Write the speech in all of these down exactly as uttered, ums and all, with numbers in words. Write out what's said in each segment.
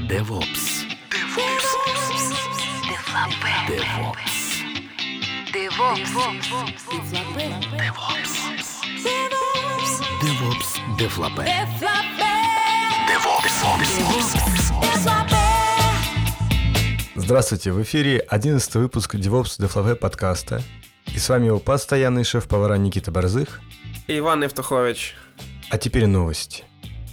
DevOps. DevOps. DevOps. DevOps. DevOps. Дефлапе. Здравствуйте, в эфире одиннадцатый выпуск DevOps Дефлапе подкаста. И с вами его постоянный шеф-повара Никита Борзых и Иван Евтухович. А теперь новости.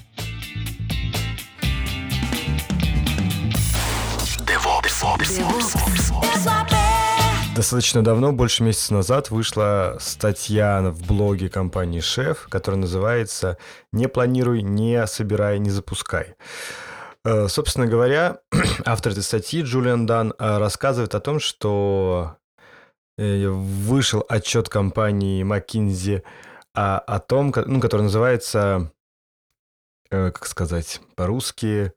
Достаточно давно, больше месяца назад, вышла статья в блоге компании Chef, которая называется «Не планируй, не собирай, не запускай». Собственно говоря, автор этой статьи Джулиан Дан рассказывает о том, что вышел отчет компании McKinsey о, о том, ну, который называется, как сказать по-русски,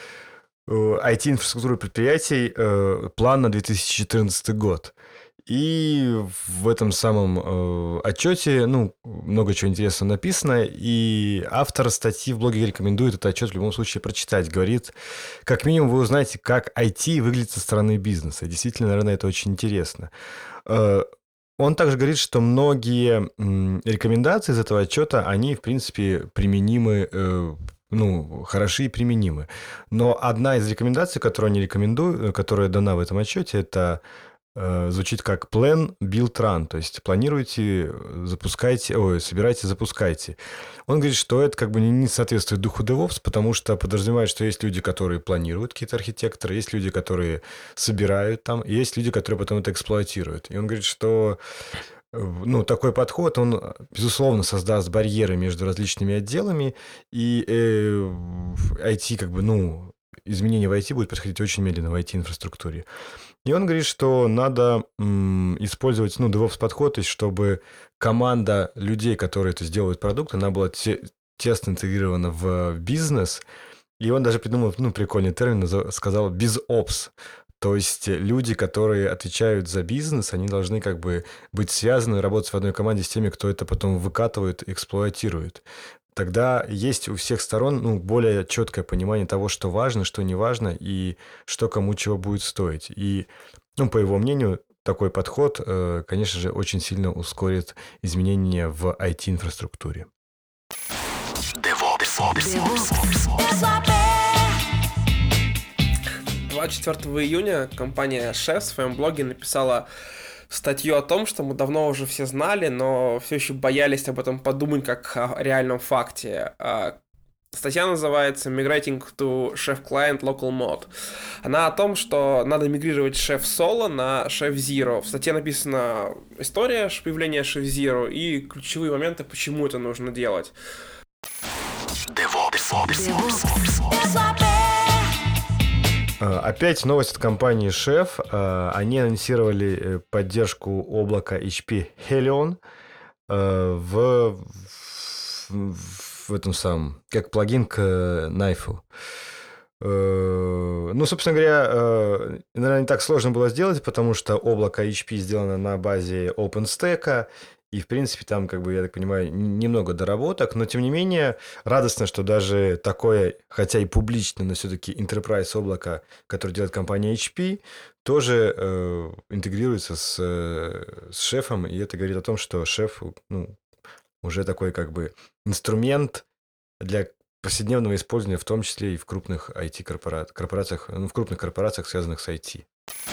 ай ти-инфраструктура предприятий, план на две тысячи четырнадцатый год. И в этом самом э, отчете, ну, много чего интересного написано, и автор статьи в блоге рекомендует этот отчет в любом случае прочитать. Говорит, как минимум вы узнаете, как ай ти выглядит со стороны бизнеса. И действительно, наверное, это очень интересно. Э, он также говорит, что многие м, рекомендации из этого отчета, они, в принципе, применимы, э, ну, хороши и применимы. Но одна из рекомендаций, которую они рекомендуют, которая дана в этом отчете, это звучит как plan, build, run, то есть планируйте, запускайте, ой, собирайте, запускайте. Он говорит, что это как бы не соответствует духу DevOps, потому что подразумевает, что есть люди, которые планируют, какие-то архитекторы, есть люди, которые собирают там, и есть люди, которые потом это эксплуатируют. И он говорит, что ну, такой подход, он, безусловно, создаст барьеры между различными отделами, и э, ай ти, как бы, ну, изменения в ай ти будут происходить очень медленно в ай ти-инфраструктуре. И он говорит, что надо м, использовать, ну, DevOps-подход, то есть чтобы команда людей, которые это сделают продукт, она была те, тесно интегрирована в бизнес. И он даже придумал, ну, прикольный термин, сказал «BizOps». То есть люди, которые отвечают за бизнес, они должны как бы быть связаны, работать в одной команде с теми, кто это потом выкатывает, эксплуатирует. Тогда есть у всех сторон, ну, более четкое понимание того, что важно, что не важно, и что кому чего будет стоить. И, ну, по его мнению, такой подход, конечно же, очень сильно ускорит изменения в ай ти-инфраструктуре. двадцать четвёртого июня компания Chef в своем блоге написала статью о том, что мы давно уже все знали, но все еще боялись об этом подумать как о реальном факте. Статья называется «Migrating to Chef Client Local Mode». Она о том, что надо мигрировать Chef Solo на Chef Zero. В статье написана история появления Chef Zero и ключевые моменты, почему это нужно делать. Опять новость от компании Chef. Они анонсировали поддержку облака эйч пи Helion в, в, в этом самом, как плагин к Knifle. Ну, собственно говоря, наверное, не так сложно было сделать, потому что облако эйч пи сделано на базе OpenStack. И, в принципе, там, как бы, я так понимаю, немного доработок, но, тем не менее, радостно, что даже такое, хотя и публичное, но все-таки enterprise облако, которое делает компания эйч пи, тоже э, интегрируется с, э, с Chef, и это говорит о том, что Chef, ну, уже такой, как бы, инструмент для повседневного использования, в том числе и в крупных ай ти-корпорациях, ну, в крупных корпорациях, связанных с ай ти.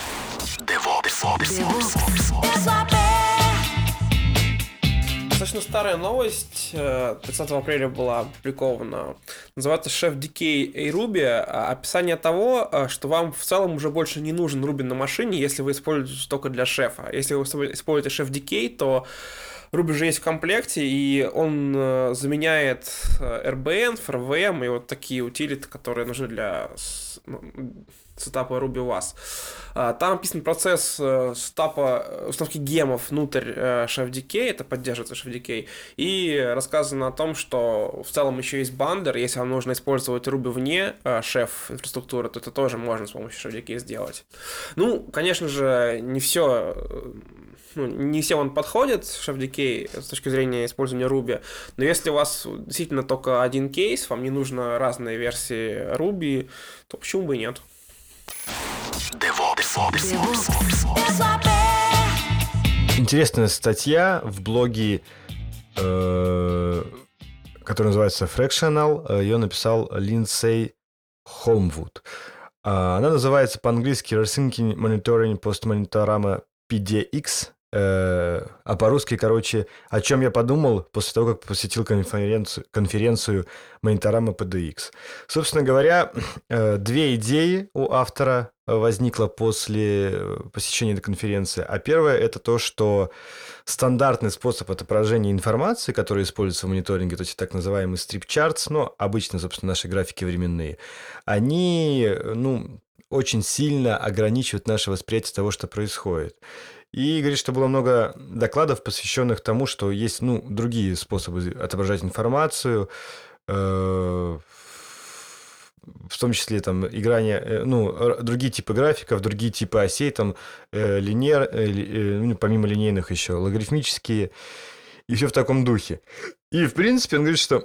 Достаточно старая новость, тридцатого апреля была опубликована, называется Chef ди кей и Ruby, описание того, что вам в целом уже больше не нужен Ruby на машине, если вы используете только для шефа. Если вы используете Chef ди кей, то Ruby же есть в комплекте, и он заменяет эр би эн, эф эр ви эм и вот такие утилиты, которые нужны для сетапа Ruby у вас. Там описан процесс сетапа, установки гемов внутрь Chef ди кей, это поддерживается Chef ди кей, и рассказано о том, что в целом еще есть бандер, если вам нужно использовать Ruby вне Chef инфраструктуры, то это тоже можно с помощью Chef ди кей сделать. Ну, конечно же, не все ну, не всем он подходит, Chef ди кей, с точки зрения использования Ruby, но если у вас действительно только один кейс, вам не нужно разные версии Ruby, то почему бы и нет? Интересная статья в блоге, э, который называется Fractional. Ее написал Линдсей Холмвуд. Она называется по-английски Rethinking Monitoring Post-Monitorama пи ди экс. Э, а по-русски, короче, о чем я подумал после того, как посетил конференцию, конференцию Monitorama пи ди экс. Собственно говоря, э, две идеи у автора возникло после посещения этой конференции. А первое – это то, что стандартный способ отображения информации, который используется в мониторинге, то есть так называемые strip charts, ну, обычно, собственно, наши графики временные, они, ну, очень сильно ограничивают наше восприятие того, что происходит. И говорит, что было много докладов, посвященных тому, что есть, ну, другие способы отображать информацию, э- в том числе там играние, ну, другие типы графиков, другие типы осей, там э, линейр, э, э, помимо линейных еще логарифмические, и все в таком духе. И, в принципе, он говорит, что,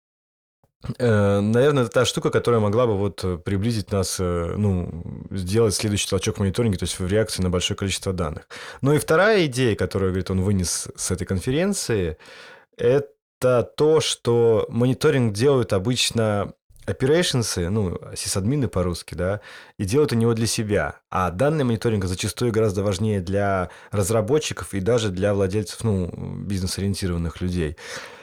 э, наверное, это та штука, которая могла бы вот приблизить нас, э, ну, сделать следующий толчок в мониторинге, то есть в реакции на большое количество данных. Ну и вторая идея, которую, говорит, он вынес с этой конференции, это то, что мониторинг делают обычно operations, ну, сисадмины по-русски, да, и делают они его для себя. А данные мониторинга зачастую гораздо важнее для разработчиков и даже для владельцев, ну, бизнес-ориентированных людей.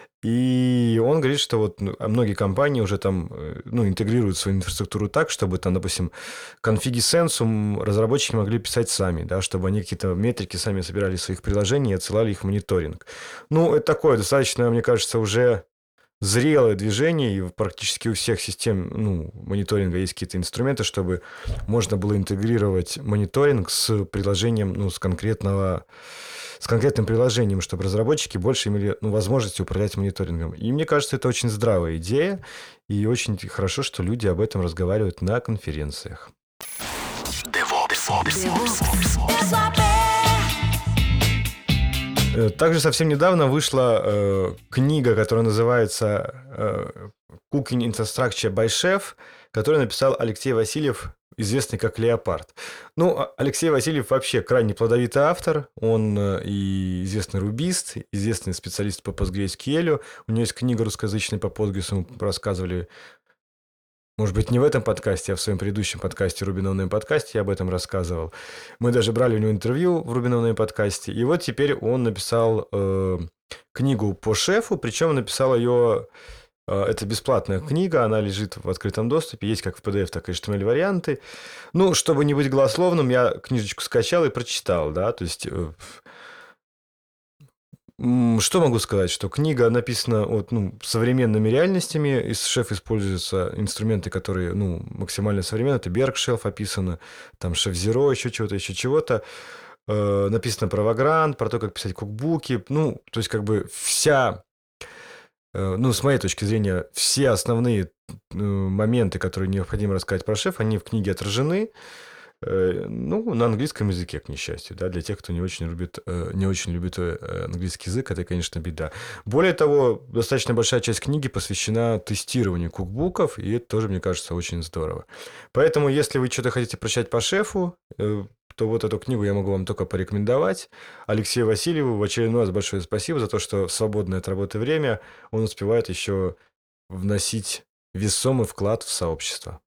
И он говорит, что вот многие компании уже там, ну, интегрируют свою инфраструктуру так, чтобы там, допустим, конфиги сенсум разработчики могли писать сами, да, чтобы они какие-то метрики сами собирали из своих приложений и отсылали их в мониторинг. Ну, это такое достаточно, мне кажется, уже зрелое движение, и практически у всех систем, ну, мониторинга есть какие-то инструменты, чтобы можно было интегрировать мониторинг с приложением, ну, с конкретного, с конкретным приложением, чтобы разработчики больше имели, ну, возможности управлять мониторингом. И мне кажется, это очень здравая идея, и очень хорошо, что люди об этом разговаривают на конференциях. Также совсем недавно вышла э, книга, которая называется э, Cooking Infrastructure by Chef, которую написал Алексей Васильев, известный как Леопард. Ну, Алексей Васильев вообще крайне плодовитый автор. Он э, и известный рубист, известный специалист по PostgreSQL. У него есть книга русскоязычная по Postgres, мы рассказывали. Может быть, не в этом подкасте, а в своем предыдущем подкасте, Рубиновном подкасте, я об этом рассказывал. Мы даже брали у него интервью в Рубиновном подкасте. И вот теперь он написал э, книгу по шефу, причем написал ее... Э, это бесплатная книга, она лежит в открытом доступе, есть как в пи ди эф, так и эйч ти эм эль-варианты. Ну, чтобы не быть голословным, я книжечку скачал и прочитал, да, то есть... Э, Что могу сказать, что книга написана вот, ну, современными реальностями, и шеф используются инструменты, которые, ну, максимально современные, это Berg Chef описано, там Chef Zero, еще чего-то, еще чего-то, э, написано про Vagrant, про то, как писать кукбуки, ну, то есть как бы вся, э, ну, с моей точки зрения, все основные э, моменты, которые необходимо рассказать про шеф, они в книге отражены. Ну, на английском языке, к несчастью, да, для тех, кто не очень любит, не очень любит английский язык, это, конечно, беда. Более того, достаточно большая часть книги посвящена тестированию кукбуков, и это тоже, мне кажется, очень здорово. Поэтому, если вы что-то хотите прочитать по шефу, то вот эту книгу я могу вам только порекомендовать. Алексею Васильеву в очередной раз большое спасибо за то, что в свободное от работы время он успевает еще вносить весомый вклад в сообщество.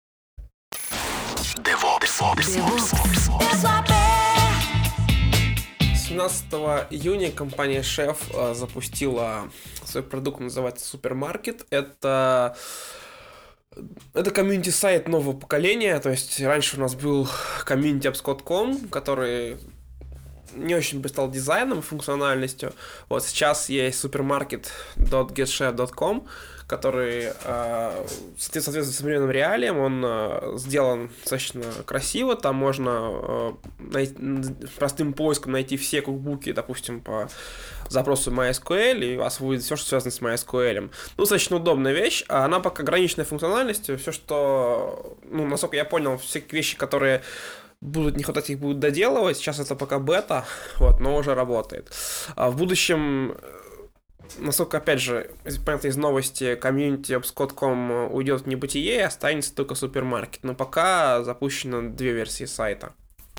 семнадцатого июня компания Chef запустила свой продукт, называется Супермаркет. Это Это комьюнити-сайт нового поколения. То есть раньше у нас был комьюнити апс точка ком, который не очень блистал дизайном и функциональностью. Вот сейчас есть супермаркет точка гет шеф точка ком, который э, соответствует современным реалиям. Он э, сделан достаточно красиво. Там можно э, найти, простым поиском найти все кукбуки, допустим, по запросу MySQL, и у вас будет все, что связано с MySQL. Ну, достаточно удобная вещь. Она пока ограниченная функциональностью. Все, что, ну, насколько я понял, все вещи, которые будут не хватать, их будут доделывать. Сейчас это пока бета, вот, но уже работает. А в будущем, насколько, опять же, понятно, из новости, комьюнити обскод точка ком уйдет в небытие, останется только супермаркет. Но пока запущено две версии сайта.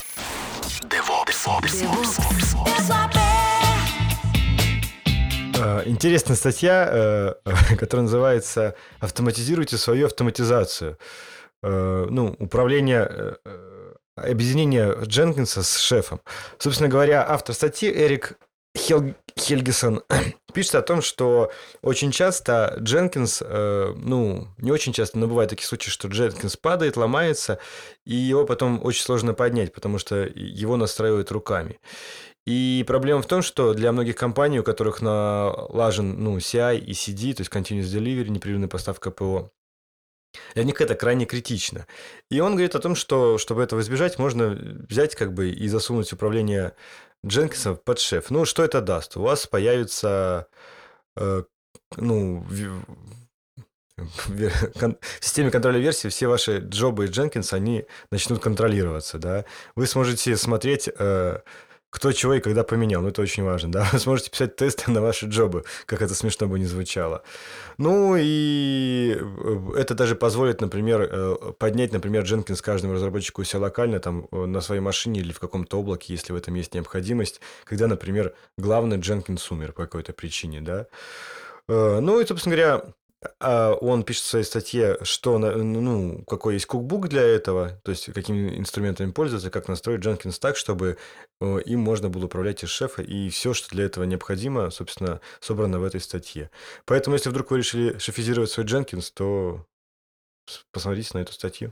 Интересная статья, которая называется «Автоматизируйте свою автоматизацию». Ну, управление, объединение Дженкинса с шефом. Собственно говоря, автор статьи Эрик Хел... Хельгесон пишет о том, что очень часто Дженкинс, э, ну, не очень часто, но бывают такие случаи, что Дженкинс падает, ломается, и его потом очень сложно поднять, потому что его настраивают руками. И проблема в том, что для многих компаний, у которых налажен, ну, си ай и си ди, то есть Continuous Delivery, непрерывная поставка ПО, для них это крайне критично. И он говорит о том, что, чтобы этого избежать, можно взять как бы и засунуть управление Дженкинса под шеф. Ну, что это даст? У вас появится, э, ну, в, в, кон, в системе контроля версий все ваши джобы Дженкинса, они начнут контролироваться, да. Вы сможете смотреть... Э, кто чего и когда поменял, ну это очень важно, да, вы сможете писать тесты на ваши джобы, как это смешно бы не звучало. Ну и это даже позволит, например, поднять, например, Jenkins каждому разработчику у себя локально, там, на своей машине или в каком-то облаке, если в этом есть необходимость, когда, например, главный Jenkins умер по какой-то причине, да. Ну и, собственно говоря, он пишет в своей статье, что, ну, какой есть кукбук для этого, то есть какими инструментами пользоваться, как настроить Jenkins так, чтобы им можно было управлять из шефа, и все, что для этого необходимо, собственно, собрано в этой статье. Поэтому, если вдруг вы решили шефизировать свой Jenkins, то посмотрите на эту статью.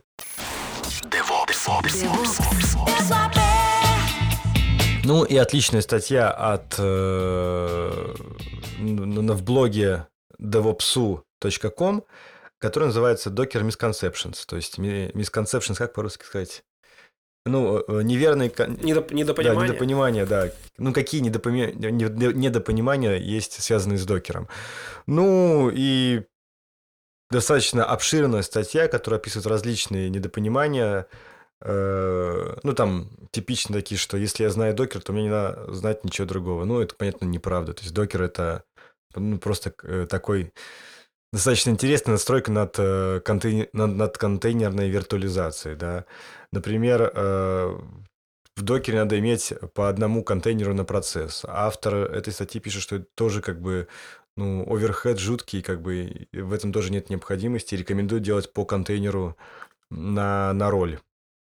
Ну и отличная статья от э, в блоге девопсу точка ком, который называется Docker Misconceptions. То есть misconceptions, как по-русски сказать? Ну, неверные... Недоп... Недопонимания. Да, недопонимания, да. Ну, какие недопоми... недопонимания есть, связанные с докером. Ну, и достаточно обширная статья, которая описывает различные недопонимания. Ну, там типично такие, что если я знаю докер, то мне не надо знать ничего другого. Ну, это, понятно, неправда. То есть докер — это ну, просто такой... Достаточно интересная настройка над, контейнер, над, над контейнерной виртуализацией, да. Например, в докере надо иметь по одному контейнеру на процесс. Автор этой статьи пишет, что это тоже как бы, ну, оверхед жуткий, как бы в этом тоже нет необходимости. Рекомендует делать по контейнеру на, на роль.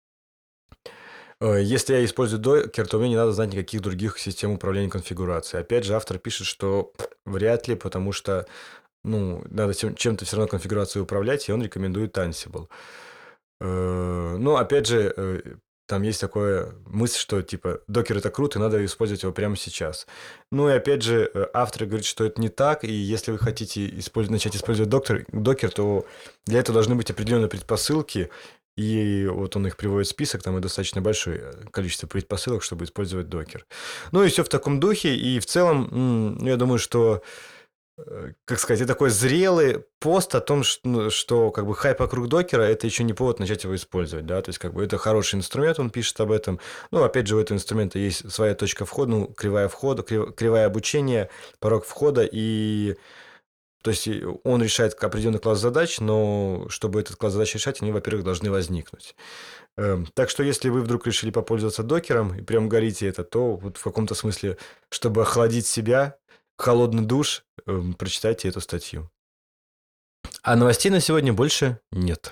Если я использую докер, то мне не надо знать никаких других систем управления конфигурацией. Опять же, автор пишет, что вряд ли, потому что ну, надо чем-то все равно конфигурацию управлять, и он рекомендует Ansible. Ну, опять же, там есть такая мысль, что, типа, докер — это круто, и надо использовать его прямо сейчас. Ну, и опять же, автор говорит, что это не так, и если вы хотите использовать, начать использовать докер, докер, то для этого должны быть определенные предпосылки, и вот он их приводит в список, там и достаточно большое количество предпосылок, чтобы использовать докер. Ну, и все в таком духе, и в целом, ну, я думаю, что как сказать, это такой зрелый пост о том, что, что как бы хайп вокруг докера — это еще не повод начать его использовать, да, то есть как бы это хороший инструмент, он пишет об этом. Ну, опять же, у этого инструмента есть своя точка входа, ну, кривая входа, крив, кривая обучения, порог входа, и то есть он решает определенный класс задач, но чтобы этот класс задач решать, они, во-первых, должны возникнуть. Так что если вы вдруг решили попользоваться докером и прям горите это, то вот в каком-то смысле, чтобы охладить себя, холодный душ, э, прочитайте эту статью. А новостей на сегодня больше нет.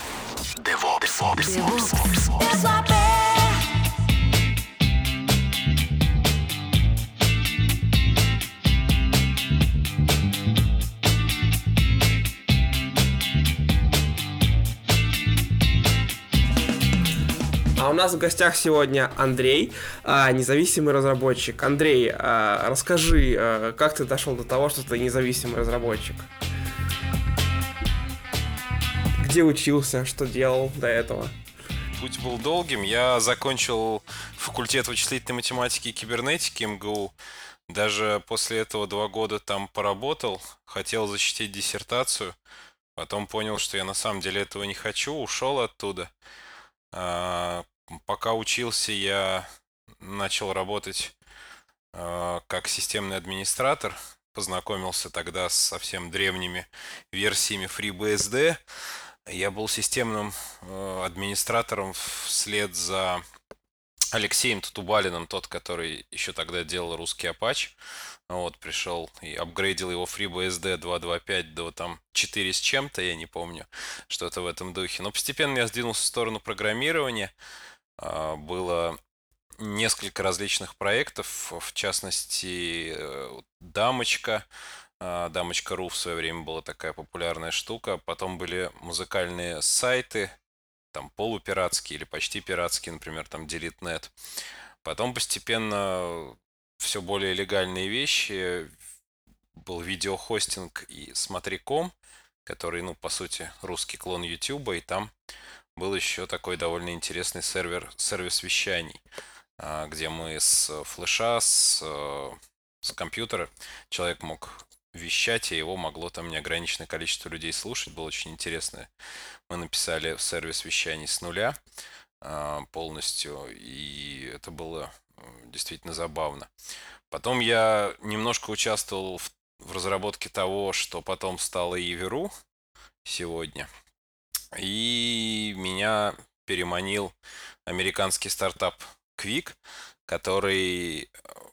А у нас в гостях сегодня Андрей, независимый разработчик. Андрей, расскажи, как ты дошел до того, что ты независимый разработчик? Где учился, что делал до этого? Путь был долгим. Я закончил факультет вычислительной математики и кибернетики эм гэ у. Даже после этого два года там поработал. Хотел защитить диссертацию. Потом понял, что я на самом деле этого не хочу. Ушел оттуда. Пока учился, я начал работать э, как системный администратор. Познакомился тогда с совсем древними версиями FreeBSD. Я был системным э, администратором вслед за Алексеем Татубалиным, тот, который еще тогда делал русский Apache. Вот, пришел и апгрейдил его FreeBSD два точка два точка пять до там четыре с чем-то, я не помню, что-то в этом духе. Но постепенно я сдвинулся в сторону программирования. А, Было несколько различных проектов, в частности, э, Дамочка. А, Дамочка.ру в свое время была такая популярная штука. Потом были музыкальные сайты, там полупиратские или почти пиратские, например, там Delete точка нет. Потом постепенно все более легальные вещи. Был видеохостинг и Смотри точка ком, который, ну, по сути, русский клон Ютуба, и там был еще такой довольно интересный сервер, сервис вещаний, а, где мы с флеша, с, э, с компьютера человек мог вещать, и его могло там неограниченное количество людей слушать. Было очень интересно. Мы написали сервис вещаний с нуля а, полностью, и это было э, действительно забавно. Потом я немножко участвовал в, в разработке того, что потом стало Иви.ру сегодня. И меня переманил американский стартап Quick, который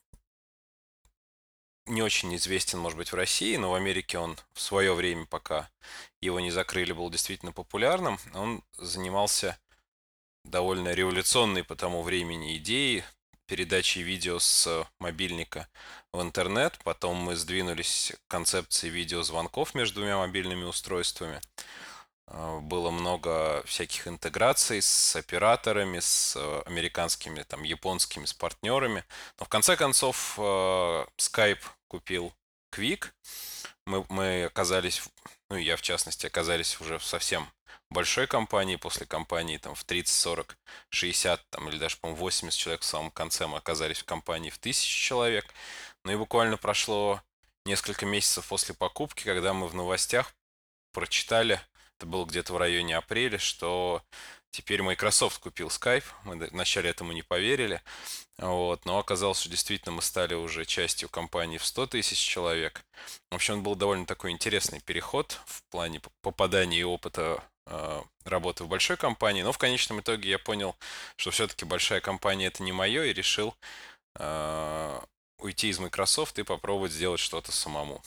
не очень известен, может быть, в России, но в Америке он в свое время, пока его не закрыли, был действительно популярным. Он занимался довольно революционной по тому времени идеей передачи видео с мобильника в интернет. Потом мы сдвинулись к концепции видеозвонков между двумя мобильными устройствами. Было много всяких интеграций с операторами, с американскими, там, японскими, с партнерами. Но в конце концов Skype купил Quick. Мы, мы оказались, ну я в частности, оказались уже в совсем большой компании. После компании там в тридцать, сорок, шестьдесят там, или даже, по-моему, восемьдесят человек в самом конце мы оказались в компании в тысячу человек. Ну и буквально прошло несколько месяцев после покупки, когда мы в новостях прочитали, это было где-то в районе апреля, что теперь Microsoft купил Skype. Мы вначале этому не поверили. Вот, но оказалось, что действительно мы стали уже частью компании в сто тысяч человек. В общем, он был довольно такой интересный переход в плане попадания и опыта э, работы в большой компании. Но в конечном итоге я понял, что все-таки большая компания это не мое, и решил э, уйти из Microsoft и попробовать сделать что-то самому.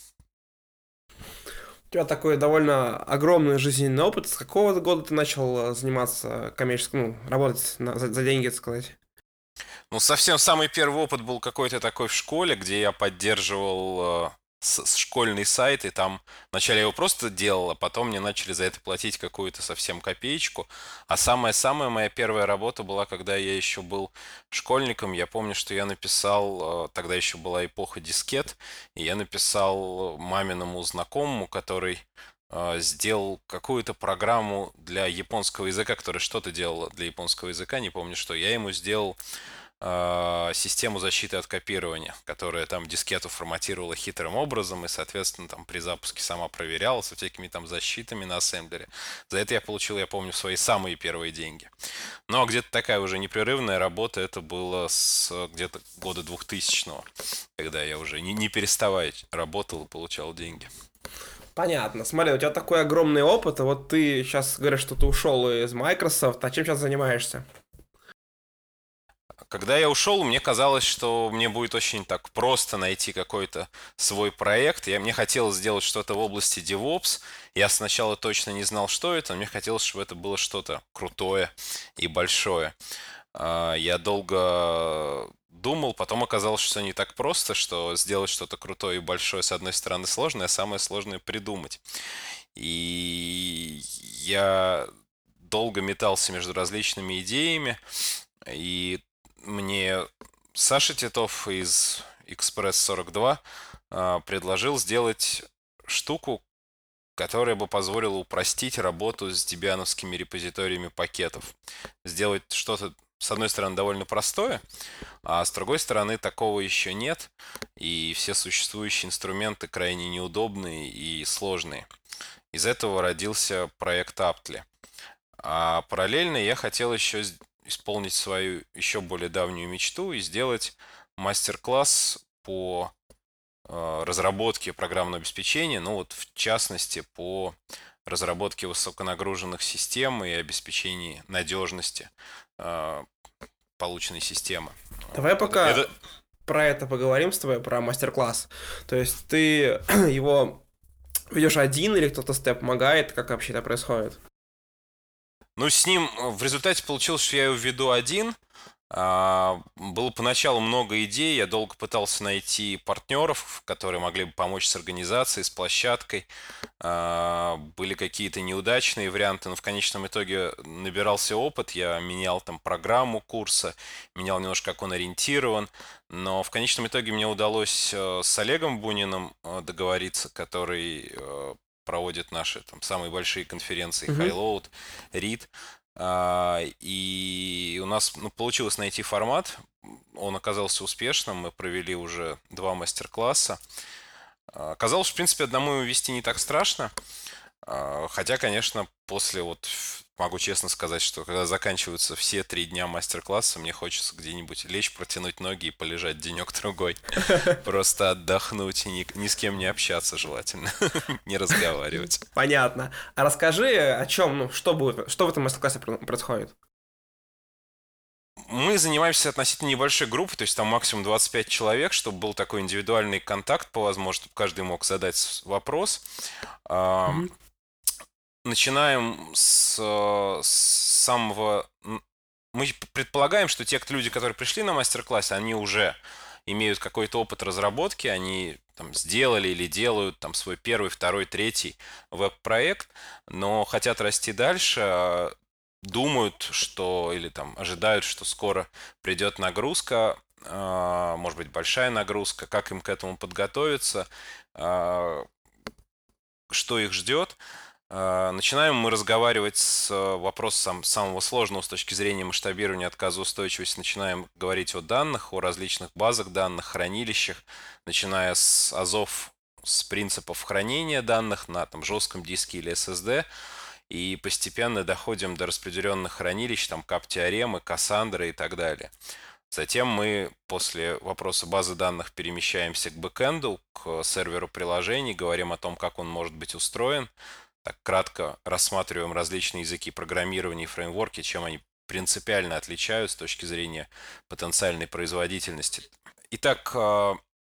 У тебя такой довольно огромный жизненный опыт. С какого года ты начал заниматься коммерческим, ну, работать на, за, за деньги, так сказать? Ну, совсем самый первый опыт был какой-то такой в школе, где я поддерживал э, с, с школьный сайт, и там вначале я его просто делал, а потом мне начали за это платить какую-то совсем копеечку. А самая-самая моя первая работа была, когда я еще был школьником. Я помню, что я написал, э, тогда еще была эпоха дискет, и я написал маминому знакомому, который э, сделал какую-то программу для японского языка, которая что-то делала для японского языка, не помню что. Я ему сделал систему защиты от копирования, которая там дискету форматировала хитрым образом и, соответственно, там при запуске сама проверяла со всякими там защитами на ассемблере. За это я получил, я помню, свои самые первые деньги. Но где-то такая уже непрерывная работа, это было с где-то года двухтысячного, когда я уже не, не переставая работал и получал деньги. Понятно. Смотри, у тебя такой огромный опыт, а вот ты сейчас говоришь, что ты ушел из Microsoft, а чем сейчас занимаешься? Когда я ушел, мне казалось, что мне будет очень так просто найти какой-то свой проект. Я, мне хотелось сделать что-то в области DevOps. Я сначала точно не знал, что это, но мне хотелось, чтобы это было что-то крутое и большое. Я долго думал, потом оказалось, что не так просто, что сделать что-то крутое и большое, с одной стороны, сложно, а самое сложное придумать. И я долго метался между различными идеями, и мне Саша Титов из Экспресс сорок два предложил сделать штуку, которая бы позволила упростить работу с дебиановскими репозиториями пакетов. Сделать что-то, с одной стороны, довольно простое, а с другой стороны, такого еще нет, и все существующие инструменты крайне неудобные и сложные. Из этого родился проект Aptly. А параллельно я хотел еще исполнить свою еще более давнюю мечту и сделать мастер-класс по э, разработке программного обеспечения, ну вот в частности по разработке высоконагруженных систем и обеспечении надежности э, полученной системы. Давай пока Это... про это поговорим с тобой, про мастер-класс. То есть ты его ведешь один или кто-то с тобой помогает? Как вообще это происходит? Ну, с ним в результате получилось, что я его веду один. А, Было поначалу много идей, я долго пытался найти партнеров, которые могли бы помочь с организацией, с площадкой. А, Были какие-то неудачные варианты, но в конечном итоге набирался опыт, я менял там программу курса, менял немножко, как он ориентирован, но в конечном итоге мне удалось э, с Олегом Буниным э, договориться, который э, проводит наши там самые большие конференции Мгм. Highload, рид. А, И у нас ну, получилось найти формат. Он оказался успешным. Мы провели уже два мастер-класса. А, Оказалось, в принципе, одному его вести не так страшно. А, Хотя, конечно, после вот ф- могу честно сказать, что когда заканчиваются все три дня мастер-класса, мне хочется где-нибудь лечь, протянуть ноги и полежать денек-другой. Просто отдохнуть и ни, ни с кем не общаться желательно, не разговаривать. Понятно. А расскажи, о чем, ну, что будет, что в этом мастер-классе про- происходит? Мы занимаемся относительно небольшой группой, то есть там максимум двадцать пять человек, чтобы был такой индивидуальный контакт по возможности, чтобы каждый мог задать с- вопрос. А, Мгм. Начинаем с, э, с самого... м, Мы предполагаем, что те кто- люди, которые пришли на мастер-класс, они уже имеют какой-то опыт разработки, они там сделали или делают там свой первый, второй, третий веб-проект, но хотят расти дальше, а, думают, что или там ожидают, что скоро придет нагрузка, а, может быть большая нагрузка, как им к этому подготовиться, а, что их ждет. А, Начинаем мы разговаривать с э, вопросом самого сложного с точки зрения масштабирования отказоустойчивости. Начинаем говорить о данных, о различных базах данных, хранилищах, начиная с азов, с принципов хранения данных на там, жестком диске или эс эс ди, и постепенно доходим до распределенных хранилищ, там кап-теоремы, Кассандры и так далее. Затем мы после вопроса базы данных перемещаемся к бэкэнду, к серверу приложений, говорим о том, как он может быть устроен. Так кратко рассматриваем различные языки программирования и фреймворки, чем они принципиально отличаются с точки зрения потенциальной производительности. Итак, э,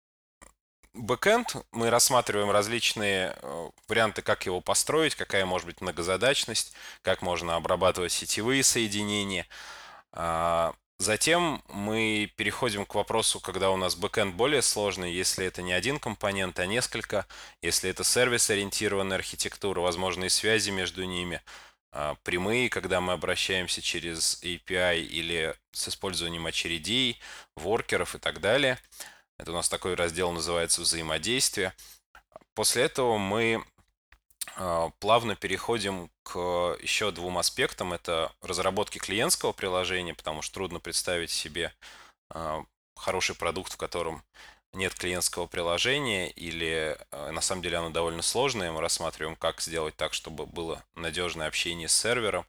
бэкэнд, мы рассматриваем различные э, варианты, как его построить, какая может быть многозадачность, как можно обрабатывать сетевые соединения. А, Затем мы переходим к вопросу, когда у нас бэкэнд более сложный, если это не один компонент, а несколько, если это сервис-ориентированная архитектура, возможные связи между ними, а, прямые, когда мы обращаемся через эй пи ай или с использованием очередей, воркеров и так далее. Это у нас такой раздел называется «Взаимодействие». После этого мы а, плавно переходим к еще двум аспектам. Это разработки клиентского приложения, потому что трудно представить себе а, хороший продукт, в котором нет клиентского приложения, или а, на самом деле оно довольно сложное. Мы рассматриваем, как сделать так, чтобы было надежное общение с сервером.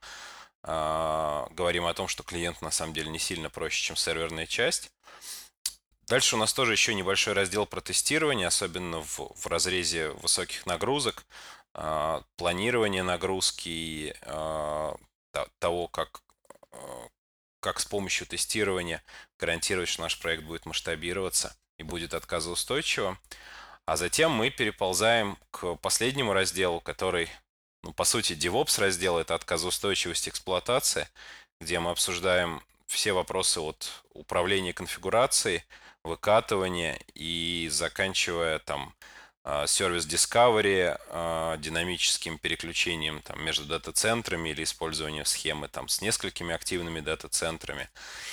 А, Говорим о том, что клиент на самом деле не сильно проще, чем серверная часть. Дальше у нас тоже еще небольшой раздел про тестирование, особенно в, в разрезе высоких нагрузок, а, планирование нагрузки, а, то- того, как, а, как с помощью тестирования гарантировать, что наш проект будет масштабироваться и будет отказоустойчивым. А затем мы переползаем к последнему разделу, который, ну, по сути, DevOps раздел, это отказоустойчивость эксплуатации, где мы обсуждаем все вопросы от управления конфигурацией, выкатывания и заканчивая там а, сервис Discovery, а, динамическим переключением там, между дата-центрами или использованием схемы там, с несколькими активными дата-центрами.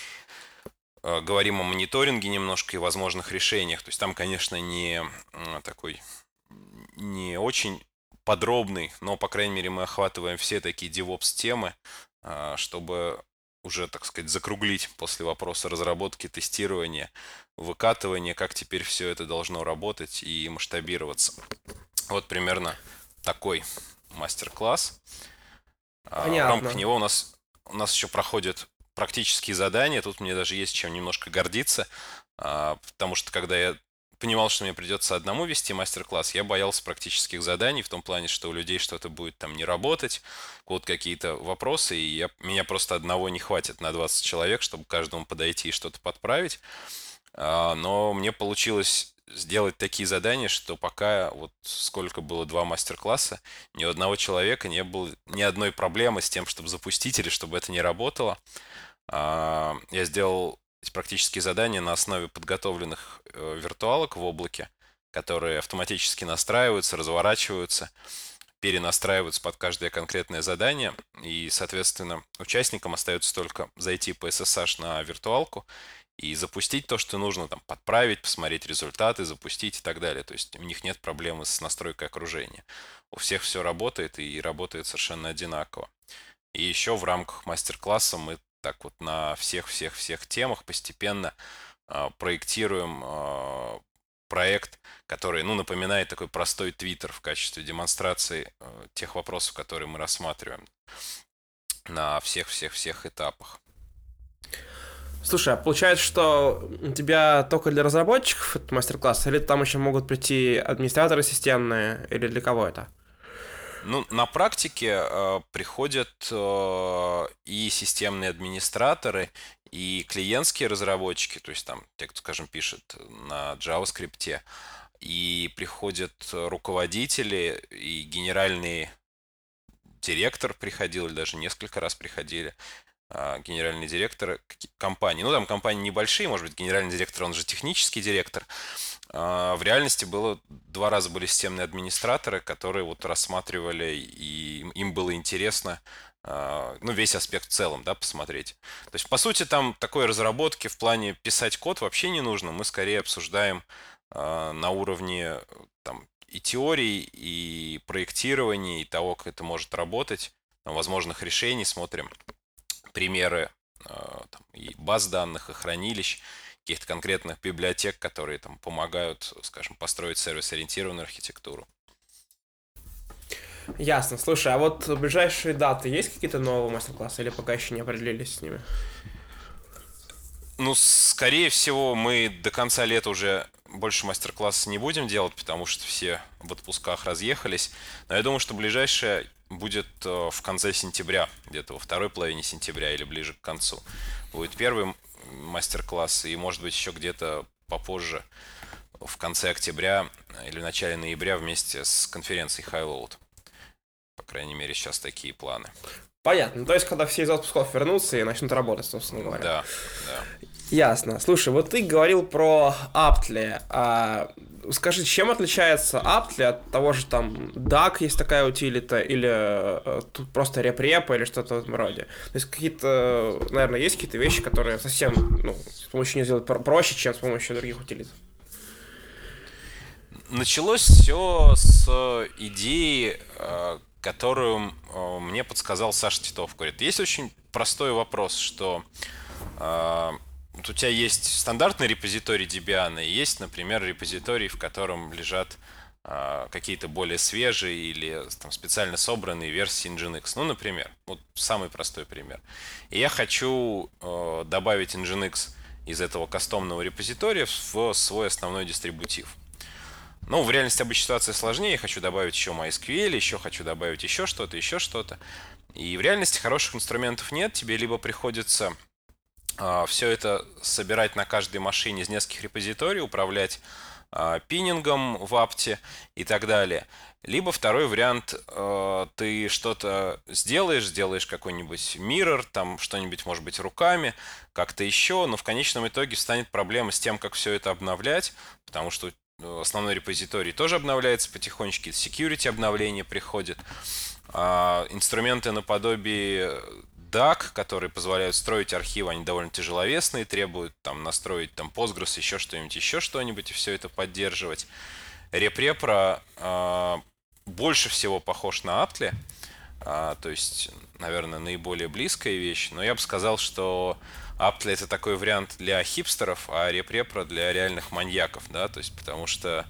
А, Говорим о мониторинге немножко и возможных решениях. То есть там, конечно, не м, такой не очень подробный, но, по крайней мере, мы охватываем все такие DevOps-темы, а, чтобы уже, так сказать, закруглить после вопроса разработки, тестирования, выкатывания, как теперь все это должно работать и масштабироваться. Вот примерно такой мастер-класс. А, В рамках Понятно. него у нас, у нас еще проходит практические задания. Тут мне даже есть чем немножко гордиться, а, потому что когда я понимал, что мне придется одному вести мастер-класс, я боялся практических заданий в том плане, что у людей что-то будет там не работать, вот какие-то вопросы, и я, меня просто одного не хватит на двадцать человек, чтобы каждому подойти и что-то подправить. А, но мне получилось сделать такие задания, что пока вот сколько было два мастер-класса, ни у одного человека не было ни одной проблемы с тем, чтобы запустить или чтобы это не работало. А, Я сделал эти практические задания на основе подготовленных э, виртуалок в облаке, которые автоматически настраиваются, разворачиваются, перенастраиваются под каждое конкретное задание. И, соответственно, участникам остается только зайти по эс эс эйч на виртуалку и запустить то, что нужно, там, подправить, посмотреть результаты, запустить и так далее. То есть у них нет проблемы с настройкой окружения. У всех все работает и работает совершенно одинаково. И еще в рамках мастер-класса мы так вот на всех-всех-всех темах постепенно э, проектируем э, проект, который, ну, напоминает такой простой твиттер в качестве демонстрации э, тех вопросов, которые мы рассматриваем на всех-всех-всех этапах. Слушай, а получается, что у тебя только для разработчиков этот мастер-класс, или там еще могут прийти администраторы системные, или для кого это? Ну, на практике э, приходят э, и системные администраторы, и клиентские разработчики, то есть там те, кто, скажем, пишет на JavaScript, и приходят руководители, и генеральный директор приходил, или даже несколько раз приходили, э, генеральные директоры компании. Ну, там компании небольшие, может быть, генеральный директор, он же технический директор. В реальности было два раза были системные администраторы, которые вот рассматривали, и им было интересно, ну, весь аспект в целом, да, посмотреть. То есть, по сути, там такой разработки в плане писать код вообще не нужно. Мы скорее обсуждаем на уровне там и теории, и проектирования, и того, как это может работать, возможных решений, смотрим примеры там, и баз данных, и хранилищ, каких-то конкретных библиотек, которые там помогают, скажем, построить сервис-ориентированную архитектуру. Ясно. Слушай, а вот ближайшие даты есть какие-то новые мастер-классы, или пока еще не определились с ними? Ну, скорее всего, мы до конца лета уже больше мастер-класса не будем делать, потому что все в отпусках разъехались. Но я думаю, что ближайшее будет в конце сентября, где-то во второй половине сентября или ближе к концу. Будет первый мастер-класс, и, может быть, еще где-то попозже, в конце октября или в начале ноября вместе с конференцией Highload. По крайней мере, сейчас такие планы. Понятно. То есть, когда все из отпусков вернутся и начнут работать, собственно говоря. Да, да. Ясно. Слушай, вот ты говорил про Aptly. А скажи, чем отличается Aptly от того же там дак, есть такая утилита, или э, тут просто реп-репа, или что-то в этом роде? То есть какие-то, наверное, есть какие-то вещи, которые совсем, ну, с помощью них сделать проще, чем с помощью других утилит? Началось все с идеи, которую мне подсказал Саша Титов. Говорит, есть очень простой вопрос, что вот у тебя есть стандартный репозиторий Debian, и есть, например, репозиторий, в котором лежат а, какие-то более свежие или там, специально собранные версии Nginx. Ну, например, вот самый простой пример. И я хочу э, добавить Nginx из этого кастомного репозитория в свой основной дистрибутив. Ну, в реальности обычно ситуация сложнее. Я хочу добавить еще MySQL, еще хочу добавить еще что-то, еще что-то. И в реальности хороших инструментов нет. Тебе либо приходится э, все это собирать на каждой машине из нескольких репозиторий, управлять э, пиннингом в апте и так далее. Либо второй вариант, э, ты что-то сделаешь, сделаешь какой-нибудь mirror, там что-нибудь, может быть, руками, как-то еще, но в конечном итоге встанет проблема с тем, как все это обновлять, потому что основной репозиторий тоже обновляется потихонечку, security обновления приходят. А инструменты наподобие дак, которые позволяют строить архивы, они довольно тяжеловесные, требуют там настроить там Postgres, еще что-нибудь, еще что-нибудь, и все это поддерживать. RepRepro а, больше всего похож на Aptly, а, то есть, наверное, наиболее близкая вещь, но я бы сказал, что Aptly — это такой вариант для хипстеров, а RepRepro для реальных маньяков, да, то есть потому что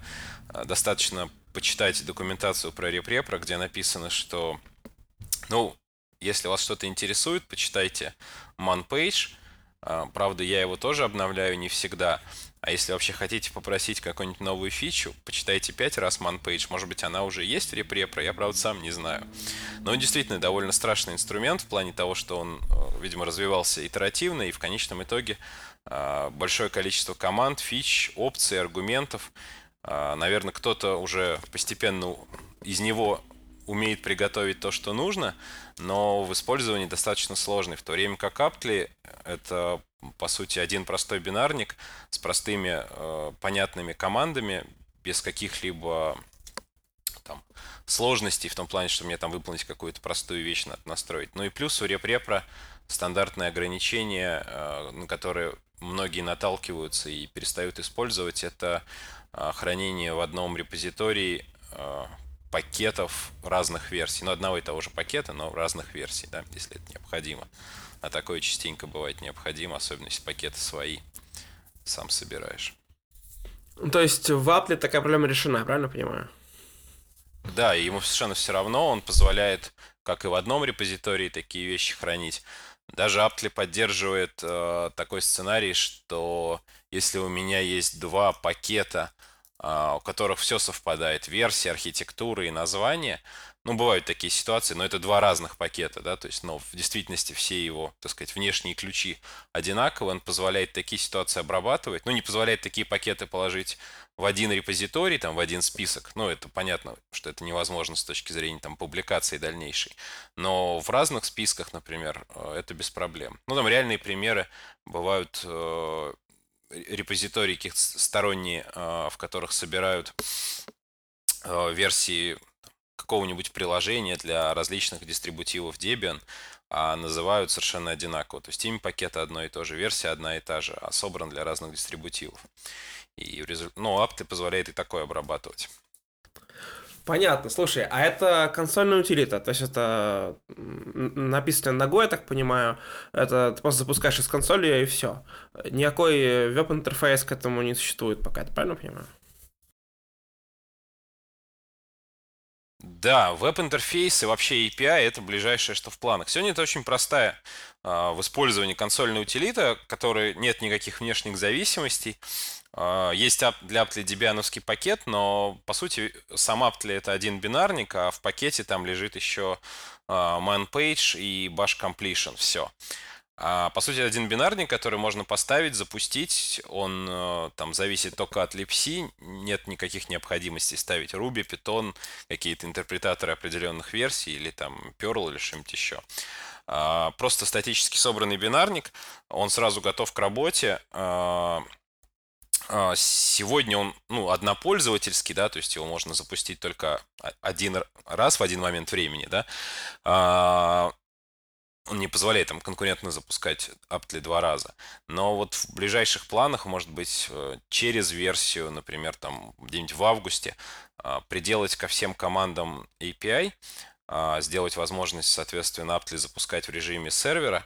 достаточно почитать документацию про RepRepro, где написано, что, ну, если вас что-то интересует, почитайте ManPage. Правда, я его тоже обновляю не всегда. А если вообще хотите попросить какую-нибудь новую фичу, почитайте пять раз ManPage. Может быть, она уже есть в RepRepro, я, правда, сам не знаю. Но он действительно довольно страшный инструмент в плане того, что он, видимо, развивался итеративно, и в конечном итоге большое количество команд, фич, опций, аргументов. Наверное, кто-то уже постепенно из него умеет приготовить то, что нужно, но в использовании достаточно сложный, в то время как Aptly — это, по сути, один простой бинарник с простыми, э, понятными командами, без каких-либо там сложностей в том плане, что мне там выполнить какую-то простую вещь надо настроить. Ну и плюс у RepRepro стандартные ограничения, э, на которые многие наталкиваются и перестают использовать, это э, хранение в одном репозитории э, пакетов разных версий. Ну, одного и того же пакета, но разных версий, да, если это необходимо. А такое частенько бывает необходимо, особенно если пакеты свои сам собираешь. То есть в Apple такая проблема решена, правильно понимаю? Да, и ему совершенно все равно, он позволяет, как и в одном репозитории, такие вещи хранить. Даже Aptly поддерживает э, такой сценарий, что если у меня есть два пакета, у которых все совпадает, версия, архитектура и название. Ну, бывают такие ситуации, но это два разных пакета, да, то есть, но в действительности все его, так сказать, внешние ключи одинаковы, он позволяет такие ситуации обрабатывать, ну, не позволяет такие пакеты положить в один репозиторий, там, в один список, ну, это понятно, что это невозможно с точки зрения, там, публикации дальнейшей, но в разных списках, например, это без проблем. Ну, там реальные примеры бывают репозитории каких-то сторонние, в которых собирают версии какого-нибудь приложения для различных дистрибутивов Debian, а называют совершенно одинаково. То есть имя пакета одно и то же, версия одна и та же, а собран для разных дистрибутивов. И в результ... Ну, Aptly позволяет и такое обрабатывать. Понятно. Слушай, а это консольная утилита, то есть это написано ногой, я так понимаю, это ты просто запускаешь из консоли и все. Никакой веб-интерфейс к этому не существует пока, я правильно понимаю? Да, веб-интерфейс и вообще эй пи ай — это ближайшее, что в планах. Сегодня это очень простая э, в использовании консольная утилита, в которой нет никаких внешних зависимостей. Э, есть для Aptly Debian-овский пакет, но по сути сам Aptly — это один бинарник, а в пакете там лежит еще э, ManPage и Bash Completion. Все. А, по сути, один бинарник, который можно поставить, запустить, он э, там зависит только от libc, нет никаких необходимостей ставить Ruby, Python, какие-то интерпретаторы определенных версий или там Perl или что-нибудь еще. А, просто статически собранный бинарник, он сразу готов к работе. А, а, сегодня он, ну, однопользовательский, да, то есть его можно запустить только один раз в один момент времени, да. А, он не позволяет там конкурентно запускать Aptly два раза. Но вот в ближайших планах, может быть, через версию, например, там где-нибудь в августе, приделать ко всем командам эй пи ай, сделать возможность, соответственно, Aptly запускать в режиме сервера,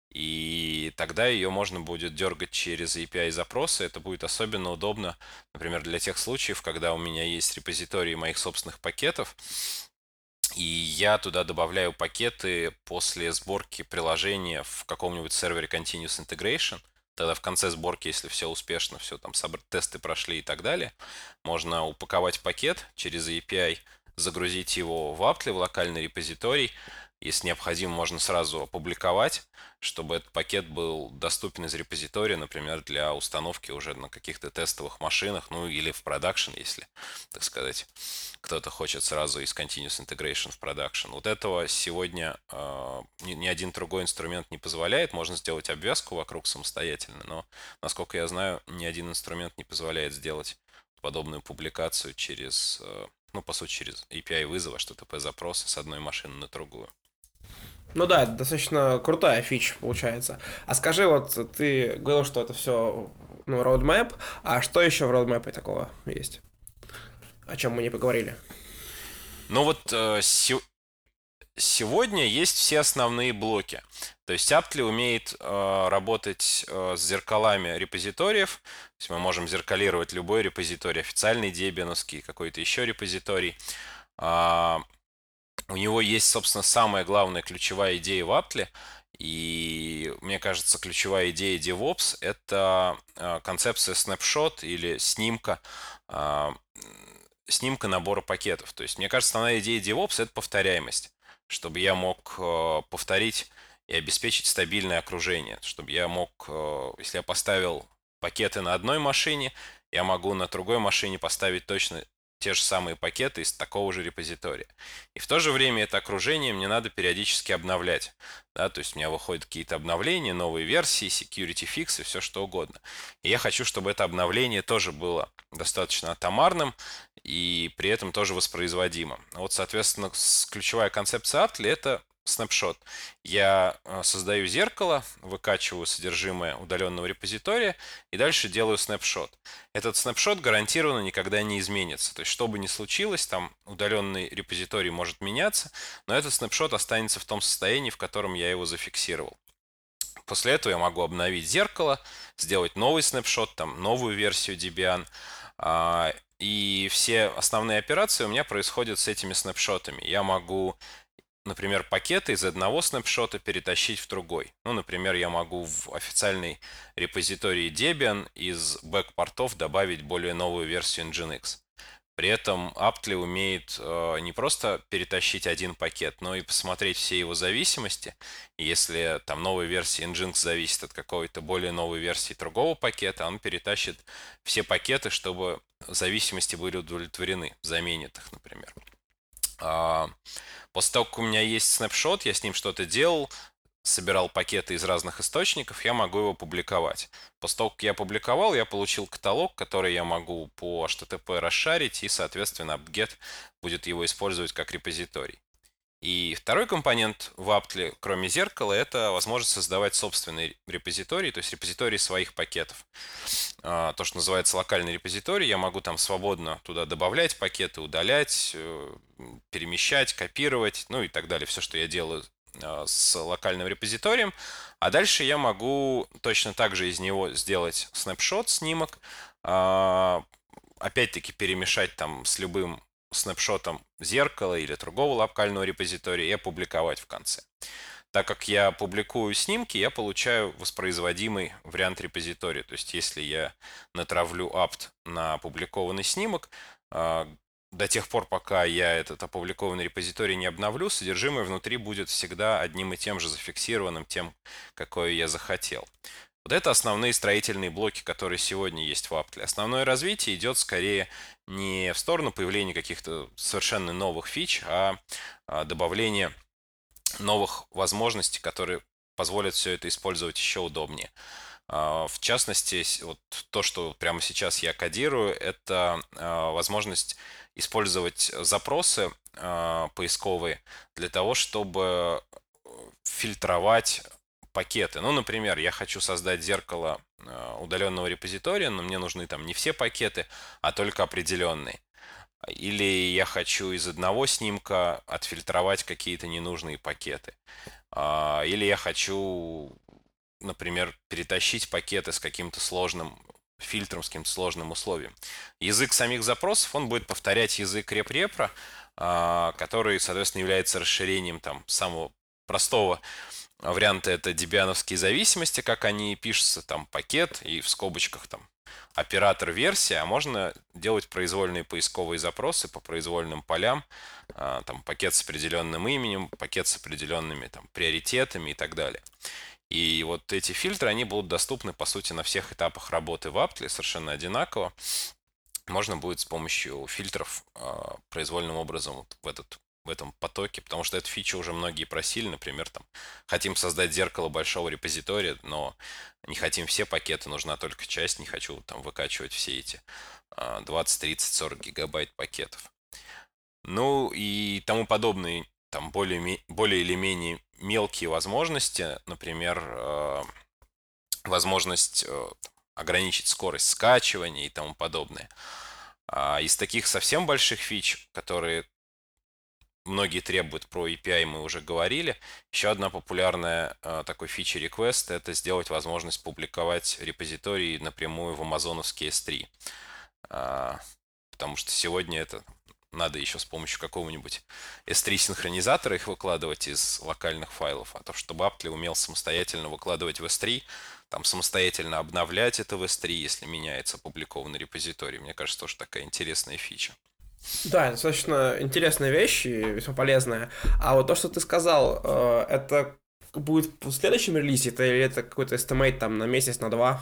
и тогда ее можно будет дергать через эй пи ай-запросы. Это будет особенно удобно, например, для тех случаев, когда у меня есть репозитории моих собственных пакетов, и я туда добавляю пакеты после сборки приложения в каком-нибудь сервере Continuous Integration. Тогда в конце сборки, если все успешно, все там тесты прошли и так далее, можно упаковать пакет через эй пи ай, загрузить его в Aptly, в локальный репозиторий. Если необходимо, можно сразу опубликовать, чтобы этот пакет был доступен из репозитория, например, для установки уже на каких-то тестовых машинах, ну или в продакшн, если, так сказать, кто-то хочет сразу из Continuous Integration в продакшн. Вот этого сегодня э, ни, ни один другой инструмент не позволяет. Можно сделать обвязку вокруг самостоятельно, но, насколько я знаю, ни один инструмент не позволяет сделать подобную публикацию через, э, ну, по сути, через эй пи ай-вызов, эйч ти ти пи-запроса с одной машины на другую. Ну да, это достаточно крутая фича получается. А скажи, вот ты говорил, что это все, ну, roadmap, а что еще в roadmap такого есть? О чем мы не поговорили? Ну вот э, се- сегодня есть все основные блоки. То есть Aptly умеет э, работать э, с зеркалами репозиториев. То есть мы можем зеркалировать любой репозиторий, официальный Debian-овский, какой-то еще репозиторий. А, У него есть, собственно, самая главная ключевая идея в Apple, и мне кажется, ключевая идея DevOps — это э, концепция snapshot или снимка, а, снимка набора пакетов. То есть, мне кажется, основная идея DevOps — это повторяемость, чтобы я мог э, повторить и обеспечить стабильное окружение, чтобы я мог, э, если я поставил пакеты на одной машине, я могу на другой машине поставить точно те же самые пакеты из такого же репозитория. И в то же время это окружение мне надо периодически обновлять. Да, то есть у меня выходят какие-то обновления, новые версии, security fix и все что угодно. И я хочу, чтобы это обновление тоже было достаточно атомарным и при этом тоже воспроизводимо. Вот, соответственно, ключевая концепция Apple — это снапшот. Я э, создаю зеркало, выкачиваю содержимое удаленного репозитория и дальше делаю снапшот. Этот снапшот гарантированно никогда не изменится. То есть, что бы ни случилось, там удаленный репозиторий может меняться, но этот снапшот останется в том состоянии, в котором я его зафиксировал. После этого я могу обновить зеркало, сделать новый снапшот, там, новую версию Debian. а, И все основные операции у меня происходят с этими снапшотами. Я могу, например, пакеты из одного снапшота перетащить в другой. Ну, например, я могу в официальный репозиторий Debian из бэк-портов добавить более новую версию Nginx. При этом Aptly умеет э, не просто перетащить один пакет, но и посмотреть все его зависимости. И если там новая версия Nginx зависит от какой-то более новой версии другого пакета, он перетащит все пакеты, чтобы зависимости были удовлетворены, заменит их, например. А, После того, как у меня есть снапшот, я с ним что-то делал, собирал пакеты из разных источников, я могу его публиковать. После того, как я опубликовал, я получил каталог, который я могу по эйч ти ти пи расшарить, и, соответственно, apt-get будет его использовать как репозиторий. И второй компонент в Aptly, кроме зеркала, это возможность создавать собственный репозиторий, то есть репозиторий своих пакетов. А, То, что называется локальный репозиторий, я могу там свободно туда добавлять пакеты, удалять, э, перемещать, копировать, ну и так далее. Все, что я делаю а, с локальным репозиторием. А дальше я могу точно так же из него сделать снапшот, снимок, а, опять-таки перемешать там с любым снапшотом зеркала или другого локального репозитория и опубликовать в конце. Так как я публикую снимки, я получаю воспроизводимый вариант репозитория. То есть, если я натравлю apt на опубликованный снимок, а, до тех пор, пока я этот опубликованный репозиторий не обновлю, содержимое внутри будет всегда одним и тем же зафиксированным, тем, какое я захотел. Вот это основные строительные блоки, которые сегодня есть в Aptly. Основное развитие идет скорее не в сторону появления каких-то совершенно новых фич, а добавления новых возможностей, которые позволят все это использовать еще удобнее. В частности, вот то, что прямо сейчас я кодирую, это возможность использовать запросы поисковые для того, чтобы фильтровать пакеты. Ну, например, я хочу создать зеркало удаленного репозитория, но мне нужны там не все пакеты, а только определенные. Или я хочу из одного снимка отфильтровать какие-то ненужные пакеты. Или я хочу, например, перетащить пакеты с каким-то сложным фильтром, с каким-то сложным условием. Язык самих запросов, он будет повторять язык реп-репро, который, соответственно, является расширением там самого простого варианта. Это дебиановские зависимости, как они пишутся, там пакет и в скобочках там оператор версия, а можно делать произвольные поисковые запросы по произвольным полям, там пакет с определенным именем, пакет с определенными там приоритетами и так далее. И вот эти фильтры, они будут доступны, по сути, на всех этапах работы в Aptly совершенно одинаково. Можно будет с помощью фильтров произвольным образом вот в этот в этом потоке, потому что эту фичу уже многие просили, например, там, хотим создать зеркало большого репозитория, но не хотим все пакеты, нужна только часть, не хочу там выкачивать все эти двадцать, тридцать, сорок гигабайт пакетов. Ну и тому подобные, там, более, более или менее мелкие возможности, например, возможность ограничить скорость скачивания и тому подобное. Из таких совсем больших фич, которые многие требуют, про эй пи ай мы уже говорили. Еще одна популярная э, такой фича request — это сделать возможность публиковать репозитории напрямую в амазоновский эс три. Э, потому что сегодня это надо еще с помощью какого-нибудь эс три синхронизатора их выкладывать из локальных файлов, а то, чтобы Aptly умел самостоятельно выкладывать в эс три, там самостоятельно обновлять это в эс три, если меняется опубликованный репозиторий. Мне кажется, тоже такая интересная фича. Да, достаточно интересная вещь и весьма полезная. А вот то, что ты сказал, э, это будет в следующем релизе, это, или это какой-то эстимейт там на месяц, на два?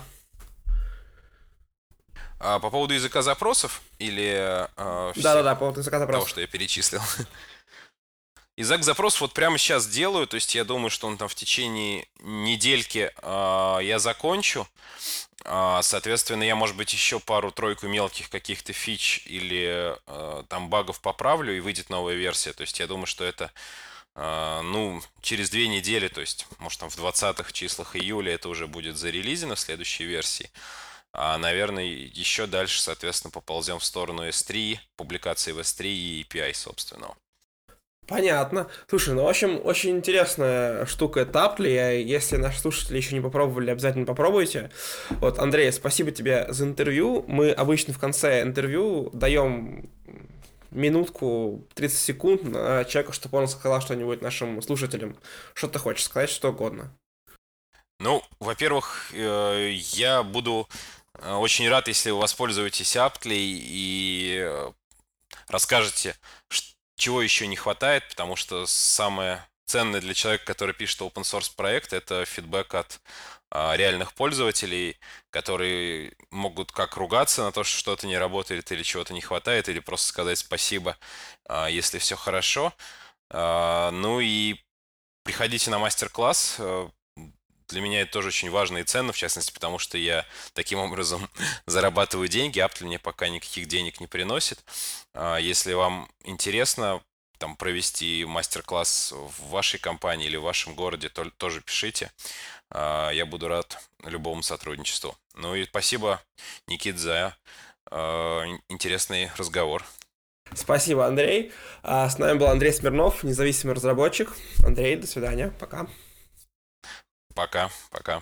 А по поводу языка запросов или э, Да-да-да, по поводу языка того, запросов. что я перечислил? Язык запросов вот прямо сейчас делаю, то есть я думаю, что он там в течение недельки э, я закончу. А, Соответственно, я, может быть, еще пару-тройку мелких каких-то фич или э, там багов поправлю, и выйдет новая версия. То есть я думаю, что это, э, ну, через две недели, то есть, может, там в двадцатых числах июля это уже будет зарелизено в следующей версии. А, наверное, еще дальше, соответственно, поползем в сторону эс три, публикации в эс три и эй пи ай собственного. Понятно. Слушай, ну, в общем, очень интересная штука это Aptly. Если наши слушатели еще не попробовали, обязательно попробуйте. Вот, Андрей, спасибо тебе за интервью. Мы обычно в конце интервью даем минутку, тридцать секунд на человека, чтобы он сказал что-нибудь нашим слушателям. Что ты хочешь сказать, что угодно. Ну, во-первых, э, я буду э, очень рад, если вы воспользуетесь Aptly и э, расскажете, ш- чего еще не хватает, потому что самое ценное для человека, который пишет open source проект, это фидбэк от а, реальных пользователей, которые могут как ругаться на то, что что-то не работает или чего-то не хватает, или просто сказать спасибо, а, если все хорошо. А, ну и приходите на мастер-класс. э, Для меня это тоже очень важно и ценно, в частности, потому что я таким образом зарабатываю деньги. Aptly мне пока никаких денег не приносит. А, Если вам интересно там провести мастер-класс в вашей компании или в вашем городе, то тоже пишите. А, Я буду рад любому сотрудничеству. Ну и спасибо, Никит, за а, интересный разговор. Спасибо, Андрей. А с нами был Андрей Смирнов, независимый разработчик. Андрей, до свидания. Пока. Пока, пока.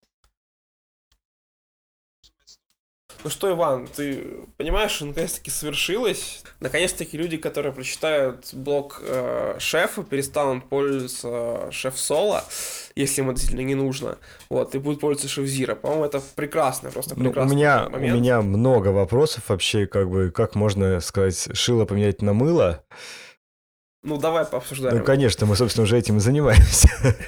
Ну что, Иван, ты понимаешь, что наконец-таки свершилось. Наконец-таки люди, которые прочитают блог э, шефа, перестанут пользоваться шеф Соло, если им действительно не нужно. Вот, и будут пользоваться шеф Зира. По-моему, это прекрасно, просто Ну, у прекрасный меня, у момент. меня много вопросов вообще, как бы, как можно сказать, шило поменять на мыло. Ну, давай пообсуждаем. Ну, конечно, мы, собственно, уже этим и занимаемся.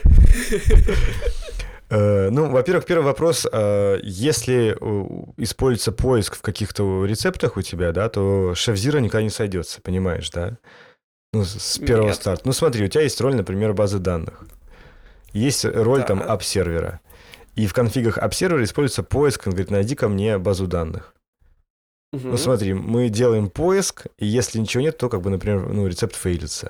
Э, Ну, во-первых, первый вопрос. э, Если э, используется поиск в каких-то рецептах у тебя, да, то шеф Zero никогда не сойдется, понимаешь, да? Ну, с с первого Нет. старта. Ну, смотри, у тебя есть роль, например, базы данных. Есть роль Да. там app-сервера. И в конфигах app-сервера используется поиск. Он говорит, найди ко мне базу данных. Мгм. Ну, смотри, мы делаем поиск, и если ничего нет, то, как бы, например, ну, рецепт фейлится.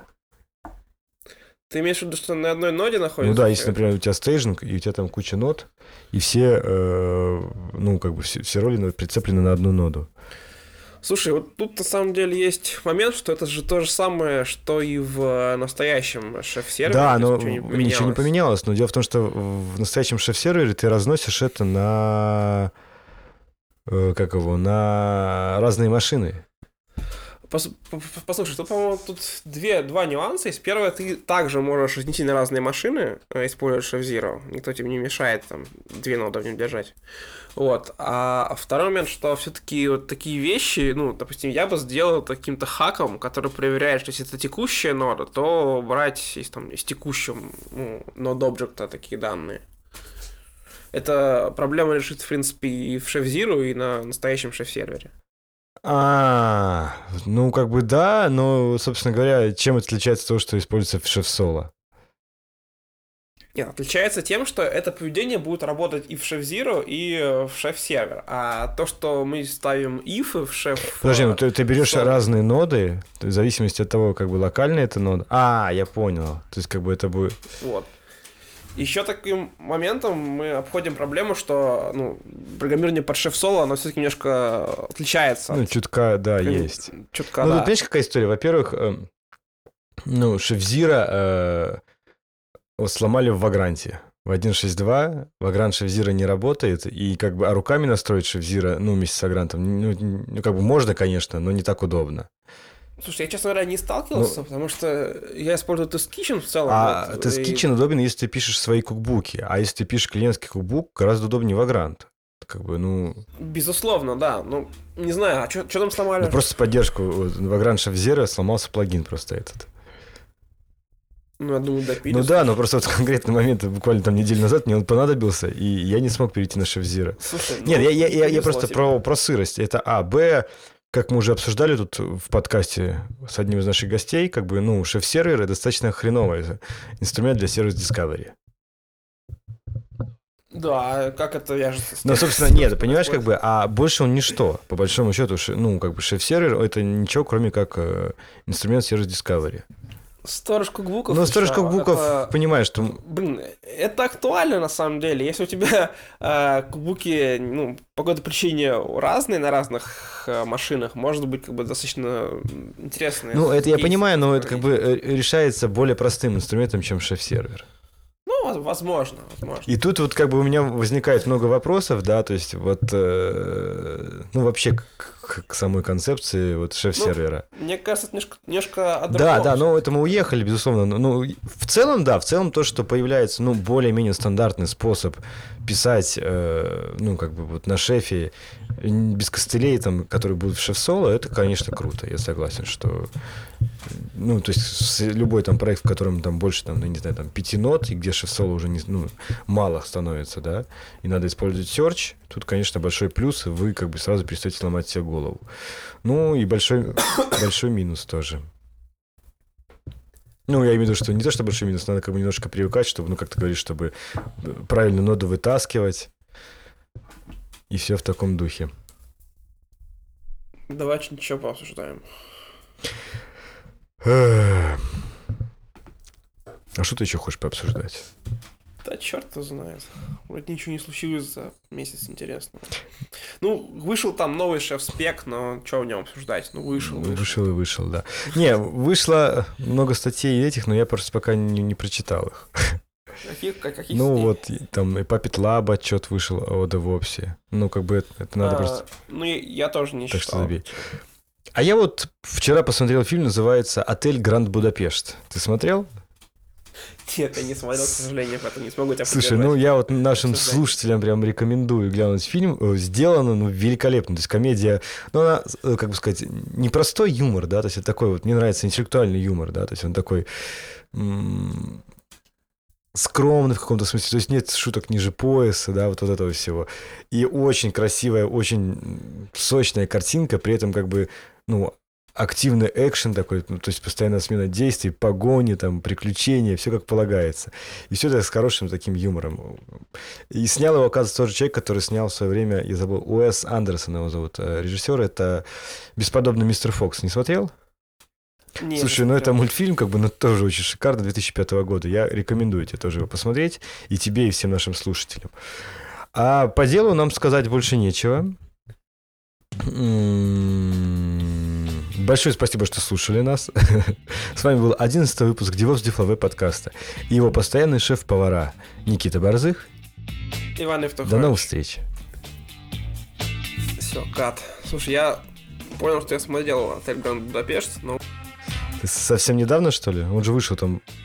Ты имеешь в виду, что на одной ноде находится? Ну да, если, всё это? например, у тебя стейджинг, и у тебя там куча нод, и все, э, ну, как бы, все, все роли ну, прицеплены на одну ноду. Слушай, вот тут на самом деле есть момент, что это же то же самое, что и в настоящем шеф-сервере. Да, то но есть ничего не, ничего не поменялось. Но дело в том, что в настоящем шеф-сервере ты разносишь это на, э, как его, на разные машины. Пос- по- по- Послушай, тут, по-моему, тут две, два нюанса есть. Первое, ты также можешь разнести на разные машины, э, используя шеф-зиро. Никто тебе не мешает там две ноды в нем держать. Вот. А второй момент, что все-таки вот такие вещи, ну, допустим, я бы сделал таким-то хаком, который проверяет, что если это текущая нода, то брать из, там, из текущего ну, node-object такие данные. Эта проблема решится, в принципе, и в шеф-зиро, и на настоящем шеф-сервере. А, ну, как бы да, но, собственно говоря, чем это отличается от того, что используется в шеф-соло? Нет, отличается тем, что это поведение будет работать и в шеф-зиро, и э, в шеф-сервер. А то, что мы ставим ифы в шеф... Подожди, ну ты, ты берешь соло. разные ноды, в зависимости от того, как бы локальная эта нода. А, я понял. То есть, как бы это будет... Вот. Еще таким моментом мы обходим проблему, что ну, программирование под шеф-соло, оно все-таки немножко отличается. Ну, чутка, да, есть. Чутка, Ну, да. тут, понимаешь, какая история? Во-первых, э, ну, шеф-зиро э, вот сломали в Вагранте. В один шесть два Vagrant шеф-зиро не работает, и как бы, а руками настроить шеф-зиро, ну, вместе с Vagrant'ом, ну, ну, как бы можно, конечно, но не так удобно. Слушай, я, честно говоря, не сталкивался, ну, потому что я использую TestKitchen в целом. А вот, TestKitchen и... удобен, если ты пишешь свои кукбуки. А если ты пишешь клиентский кукбук, гораздо удобнее Vagrant. Как бы, ну... Безусловно, да. Ну, не знаю, а что там сломали? Ну, просто поддержку Vagrant Chef Zero сломался плагин просто этот. Ну, я думаю, допили. Ну да, но просто вот в конкретный момент, буквально там неделю назад, мне он понадобился, и я не смог перейти на Chef Zero. Слушай, Нет, ну, я, я, я, я просто тебе. про, про сырость. Это А. Б. Как мы уже обсуждали тут в подкасте с одним из наших гостей, как бы, ну, шеф-серверы достаточно хреновый инструмент для сервис Discovery. Да, как это я же... Ну, собственно, нет, понимаешь, как бы, а больше он ничто. По большому счету, ну, как бы шеф-сервер — это ничего, кроме как э, инструмент сервис Discovery. Сторож кукбуков. Ну, сторож кукбуков, это... понимаешь, что... Блин, это актуально на самом деле. Если у тебя э, кукбуки, ну, по какой-то причине разные на разных э, машинах, может быть, как бы достаточно интересные. Ну, это я понимаю, но это как бы решается более простым инструментом, чем шеф-сервер. Ну, возможно, возможно. И тут вот как бы у меня возникает много вопросов, да, то есть вот, э, ну, вообще к, к самой концепции вот шеф-сервера. Ну, мне кажется, это немножко, немножко от Да, да, ну, это мы уехали, безусловно. Ну, в целом, да, в целом то, что появляется, ну, более-менее стандартный способ писать, э, ну, как бы вот на шефе без костылей, там, которые будут в шеф-соло, это, конечно, круто, я согласен, что... Ну, то есть любой там проект, в котором там больше, там, ну, не знаю, там, пяти нот, и где шеф-соло уже не, ну, мало становится, да, и надо использовать search, тут, конечно, большой плюс, и вы как бы сразу перестаете ломать себе голову. Ну, и большой, большой минус тоже. Ну, я имею в виду, что не то, что большой минус, надо как бы немножко привыкать, чтобы, ну, как ты говоришь, чтобы правильно ноду вытаскивать, и все в таком духе. Давай что-нибудь еще пообсуждаем. А что ты еще хочешь пообсуждать? Да черт его знает. Вроде ничего не случилось за месяц интересного. Ну, вышел там новый шеф-спек, но что в нем обсуждать? Ну, вышел, вышел. Вышел и вышел, да. Не, вышло много статей этих, но я просто пока не, не прочитал их. Каких, каких ну, статей? вот там и Puppet Lab отчет вышел о DevOps. Ну, как бы это, это надо а, просто... Ну, я, я тоже не так читал. Что забей. А я вот вчера посмотрел фильм, называется «Отель Гранд Будапешт». Ты смотрел? Нет, я не смотрел, к сожалению, поэтому не смогу тебя Слушай, ну я вот нашим слушателям прям рекомендую глянуть фильм. Сделано, ну, великолепно. То есть комедия, ну, она, как бы сказать, непростой юмор, да, то есть это такой вот, мне нравится интеллектуальный юмор, да, то есть он такой... М- скромный в каком-то смысле, то есть нет шуток ниже пояса, да, вот, вот этого всего. И очень красивая, очень сочная картинка, при этом как бы, ну, активный экшен такой, ну, то есть постоянная смена действий, погони, там, приключения, все как полагается. И все это с хорошим таким юмором. И снял его, оказывается, тот же человек, который снял в свое время, я забыл, Уэс Андерсон его зовут, режиссер, это «Бесподобный мистер Фокс». Не смотрел? Нет, Слушай, ну это мультфильм, как бы, ну тоже очень шикарно, две тысячи пятого года. Я рекомендую тебе тоже его посмотреть, и тебе, и всем нашим слушателям. А по делу нам сказать больше нечего. Большое спасибо, что слушали нас. С вами был одиннадцатый выпуск DevOps Дефлаве подкаста и его постоянный шеф-повара Никита Борзых. Иван Евтухович. До новых встреч. Все, кат. Слушай, я понял, что я смотрел «Отель Гранд Будапешт», но... Ты совсем недавно, что ли? Он же вышел там